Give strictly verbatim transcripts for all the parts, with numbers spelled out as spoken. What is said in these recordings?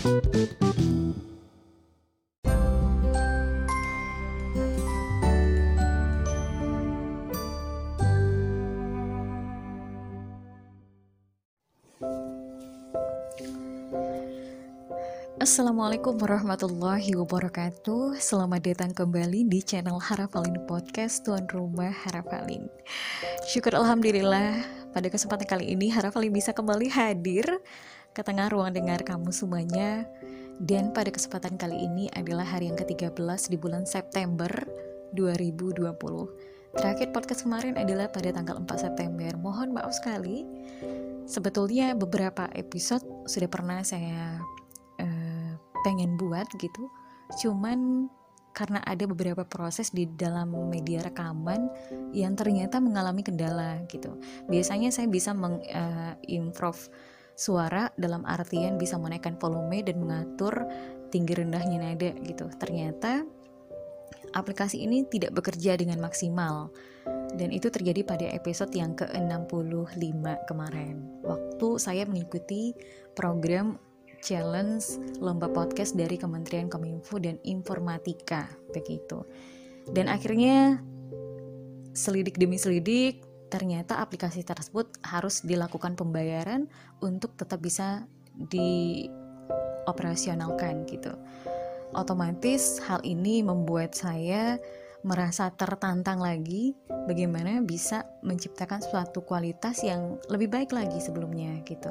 Assalamualaikum warahmatullahi wabarakatuh. Selamat datang kembali di channel Harafalin Podcast, tuan rumah Harafalin. Syukur Alhamdulillah, pada kesempatan kali ini Harafalin bisa kembali hadir ke tengah ruang dengar kamu semuanya. Dan pada kesempatan kali ini adalah hari yang ketiga belas di bulan September dua ribu dua puluh. Terakhir podcast kemarin adalah pada tanggal empat September. Mohon maaf sekali, sebetulnya beberapa episode sudah pernah saya pengen buat gitu, cuman karena ada beberapa proses di dalam media rekaman yang ternyata mengalami kendala gitu. Biasanya saya bisa mengimprove uh, suara dalam artian bisa menaikkan volume dan mengatur tinggi rendahnya nada gitu. Ternyata aplikasi ini tidak bekerja dengan maksimal, dan itu terjadi pada episode yang ke enam puluh lima kemarin, waktu saya mengikuti program challenge lomba podcast dari Kementerian Kominfo dan Informatika begitu. Dan akhirnya selidik demi selidik, ternyata aplikasi tersebut harus dilakukan pembayaran untuk tetap bisa dioperasionalkan gitu. Otomatis hal ini membuat saya merasa tertantang lagi bagaimana bisa menciptakan suatu kualitas yang lebih baik lagi sebelumnya gitu.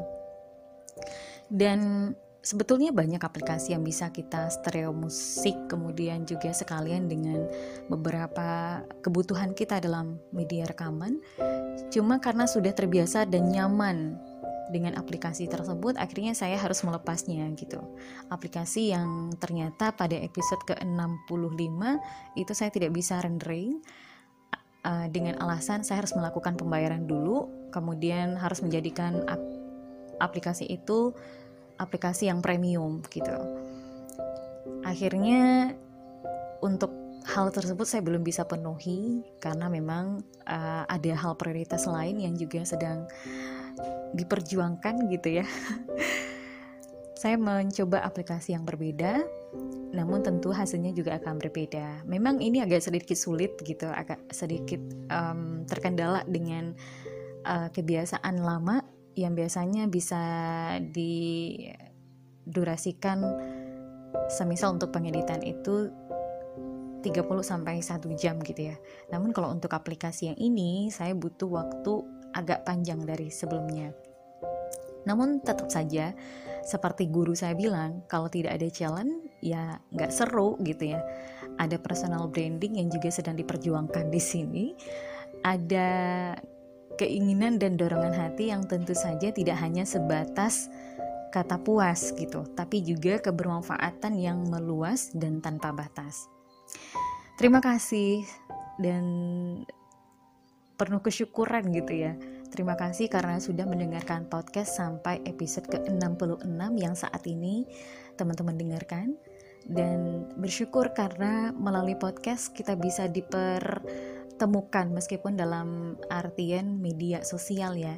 Dan sebetulnya banyak aplikasi yang bisa kita stereo musik, kemudian juga sekalian dengan beberapa kebutuhan kita dalam media rekaman. Cuma karena sudah terbiasa dan nyaman dengan aplikasi tersebut, akhirnya saya harus melepasnya gitu. Aplikasi yang ternyata pada episode ke enam puluh lima itu saya tidak bisa rendering uh, dengan alasan saya harus melakukan pembayaran dulu, kemudian harus menjadikan ap- aplikasi itu aplikasi yang premium gitu. Akhirnya untuk hal tersebut saya belum bisa penuhi karena memang uh, ada hal prioritas lain yang juga sedang diperjuangkan gitu ya. Saya mencoba aplikasi yang berbeda, namun tentu hasilnya juga akan berbeda. Memang ini agak sedikit sulit gitu, agak sedikit um, terkendala dengan uh, kebiasaan lama yang biasanya bisa didurasikan, semisal untuk pengeditan itu tiga puluh sampai satu jam gitu ya. Namun kalau untuk aplikasi yang ini saya butuh waktu agak panjang dari sebelumnya. Namun tetap saja seperti guru saya bilang, kalau tidak ada challenge ya nggak seru gitu ya. Ada personal branding yang juga sedang diperjuangkan di sini. Ada keinginan dan dorongan hati yang tentu saja tidak hanya sebatas kata puas gitu, tapi juga kebermanfaatan yang meluas dan tanpa batas. Terima kasih dan penuh kesyukuran gitu ya. Terima kasih karena sudah mendengarkan podcast sampai episode ke enam puluh enam yang saat ini teman-teman dengarkan, dan bersyukur karena melalui podcast kita bisa diper temukan meskipun dalam artian media sosial ya.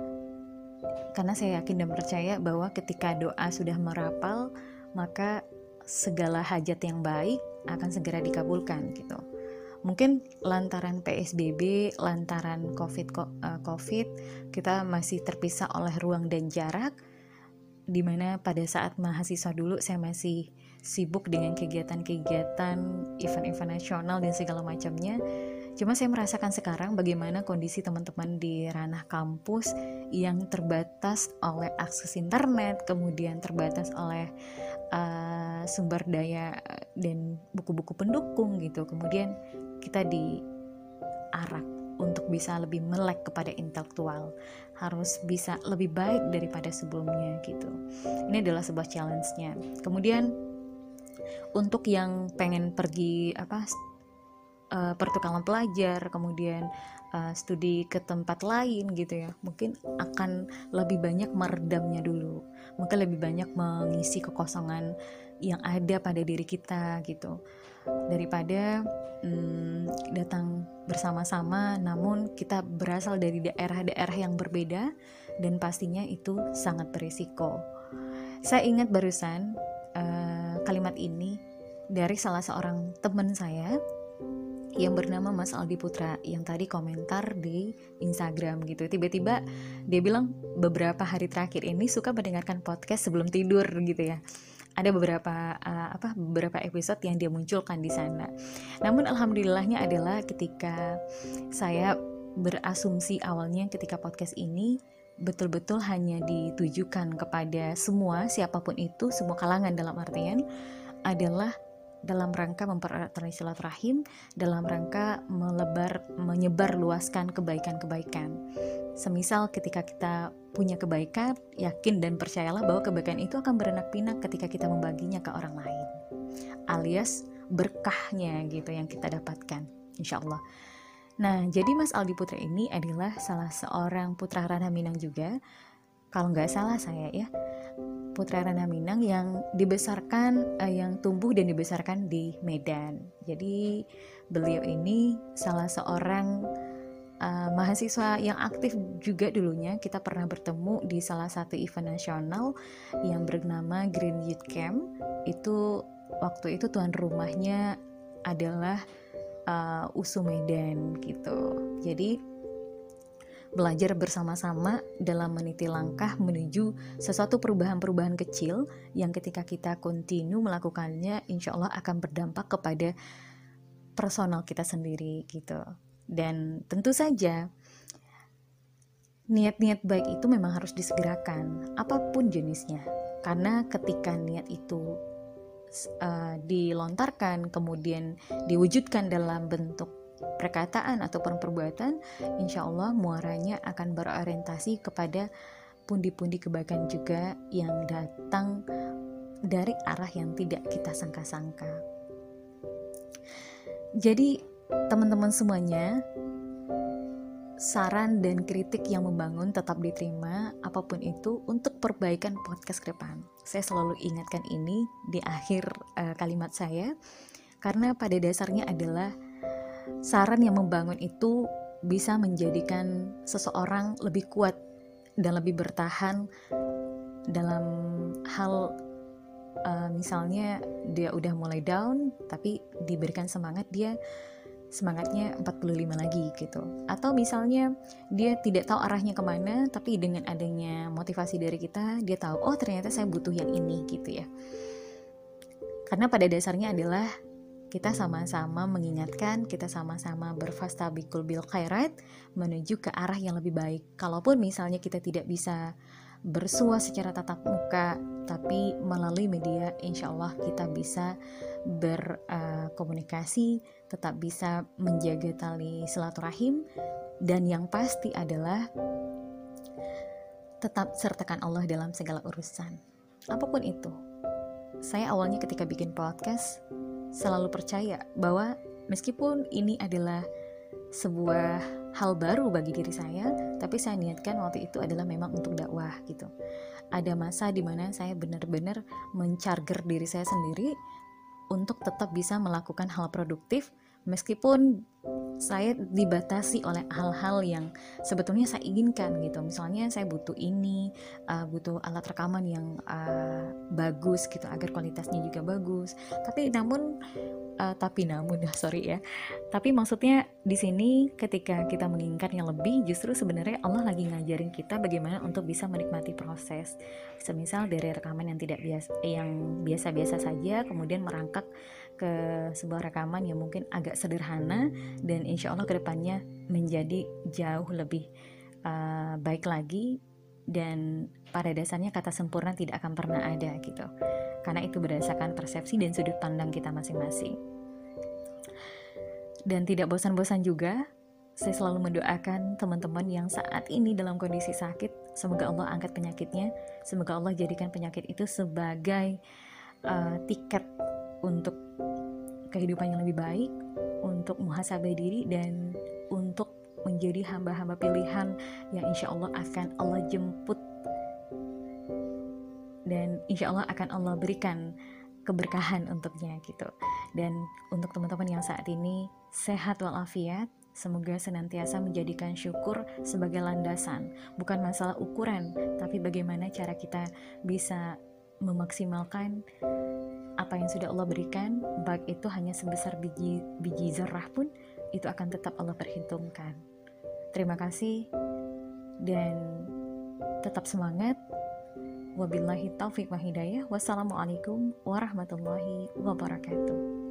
Karena saya yakin dan percaya bahwa ketika doa sudah merapal, maka segala hajat yang baik akan segera dikabulkan gitu. Mungkin lantaran P S B B, lantaran COVID, COVID kita masih terpisah oleh ruang dan jarak, dimana pada saat mahasiswa dulu saya masih sibuk dengan kegiatan-kegiatan event-event nasional dan segala macamnya. Cuma saya merasakan sekarang bagaimana kondisi teman-teman di ranah kampus yang terbatas oleh akses internet, kemudian terbatas oleh uh, sumber daya dan buku-buku pendukung gitu. Kemudian kita diarak untuk bisa lebih melek kepada intelektual, harus bisa lebih baik daripada sebelumnya gitu. Ini adalah sebuah challenge-nya. Kemudian untuk yang pengen pergi apa uh, pertukaran pelajar, kemudian uh, studi ke tempat lain gitu ya, mungkin akan lebih banyak meredamnya dulu, mungkin lebih banyak mengisi kekosongan yang ada pada diri kita gitu, daripada hmm, datang bersama-sama namun kita berasal dari daerah-daerah yang berbeda dan pastinya itu sangat berisiko. Saya ingat barusan uh, kalimat ini dari salah seorang teman saya yang bernama Mas Aldi Putra yang tadi komentar di Instagram gitu. Tiba-tiba dia bilang beberapa hari terakhir ini suka mendengarkan podcast sebelum tidur gitu ya. Ada beberapa uh, apa beberapa episode yang dia munculkan di sana. Namun alhamdulillahnya adalah ketika saya berasumsi awalnya ketika podcast ini betul-betul hanya ditujukan kepada semua, siapapun itu, semua kalangan, dalam artian adalah dalam rangka mempererat tali silaturahim, dalam rangka melebar, menyebar luaskan kebaikan-kebaikan. Semisal ketika kita punya kebaikan, yakin dan percayalah bahwa kebaikan itu akan beranak pinak ketika kita membaginya ke orang lain, alias berkahnya gitu yang kita dapatkan, insya Allah. Nah, jadi Mas Aldi Putra ini adalah salah seorang putra Ranah Minang juga, kalau nggak salah saya ya, putra Ranah Minang yang dibesarkan, eh, yang tumbuh dan dibesarkan di Medan. Jadi beliau ini salah seorang uh, mahasiswa yang aktif juga dulunya. Kita pernah bertemu di salah satu event nasional yang bernama Green Youth Camp. Itu waktu itu tuan rumahnya adalah uh, U S U Medan gitu. Jadi belajar bersama-sama dalam meniti langkah menuju sesuatu perubahan-perubahan kecil yang ketika kita continue melakukannya, insya Allah akan berdampak kepada personal kita sendiri gitu. Dan tentu saja niat-niat baik itu memang harus disegerakan, apapun jenisnya, karena ketika niat itu uh, dilontarkan kemudian diwujudkan dalam bentuk perkataan ataupun perbuatan, insya Allah muaranya akan berorientasi kepada pundi-pundi kebaikan juga yang datang dari arah yang tidak kita sangka-sangka. Jadi teman-teman semuanya, saran dan kritik yang membangun tetap diterima, apapun itu, untuk perbaikan podcast ke depan. Saya selalu ingatkan ini di akhir uh, kalimat saya, karena pada dasarnya adalah saran yang membangun itu bisa menjadikan seseorang lebih kuat dan lebih bertahan dalam hal uh, misalnya dia udah mulai down tapi diberikan semangat, dia semangatnya empat puluh lima lagi gitu. Atau misalnya dia tidak tahu arahnya kemana, tapi dengan adanya motivasi dari kita, dia tahu, oh ternyata saya butuh yang ini gitu ya. Karena pada dasarnya adalah kita sama-sama mengingatkan, kita sama-sama berfastabiqul bil khairat menuju ke arah yang lebih baik. Kalaupun misalnya kita tidak bisa bersua secara tatap muka, tapi melalui media, insya Allah kita bisa berkomunikasi, uh, tetap bisa menjaga tali silaturahim, dan yang pasti adalah tetap sertakan Allah dalam segala urusan. Apapun itu, saya awalnya ketika bikin podcast selalu percaya bahwa meskipun ini adalah sebuah hal baru bagi diri saya, tapi saya niatkan waktu itu adalah memang untuk dakwah gitu. Ada masa di mana saya benar-benar mencharger diri saya sendiri untuk tetap bisa melakukan hal produktif meskipun saya dibatasi oleh hal-hal yang sebetulnya saya inginkan gitu. Misalnya saya butuh ini, uh, butuh alat rekaman yang uh, bagus gitu agar kualitasnya juga bagus. Tapi namun uh, tapi namun ya sorry ya. Tapi maksudnya di sini ketika kita menginginkan yang lebih, justru sebenarnya Allah lagi ngajarin kita bagaimana untuk bisa menikmati proses. Semisal dari rekaman yang tidak biasa, yang biasa-biasa saja, kemudian merangkak ke sebuah rekaman yang mungkin agak sederhana dan insya Allah kedepannya menjadi jauh lebih uh, baik lagi, dan pada dasarnya kata sempurna tidak akan pernah ada gitu, karena itu berdasarkan persepsi dan sudut pandang kita masing-masing. Dan tidak bosan-bosan juga, saya selalu mendoakan teman-teman yang saat ini dalam kondisi sakit, semoga Allah angkat penyakitnya, semoga Allah jadikan penyakit itu sebagai uh, tiket untuk kehidupan yang lebih baik, untuk muhasabah diri, dan untuk menjadi hamba-hamba pilihan yang insya Allah akan Allah jemput dan insya Allah akan Allah berikan keberkahan untuknya gitu. Dan untuk teman-teman yang saat ini sehat walafiat, semoga senantiasa menjadikan syukur sebagai landasan, bukan masalah ukuran, tapi bagaimana cara kita bisa memaksimalkan apa yang sudah Allah berikan, baik itu hanya sebesar biji biji zarah pun, itu akan tetap Allah perhitungkan. Terima kasih dan tetap semangat. Wabillahi taufiq wa hidayah. Wassalamualaikum warahmatullahi wabarakatuh.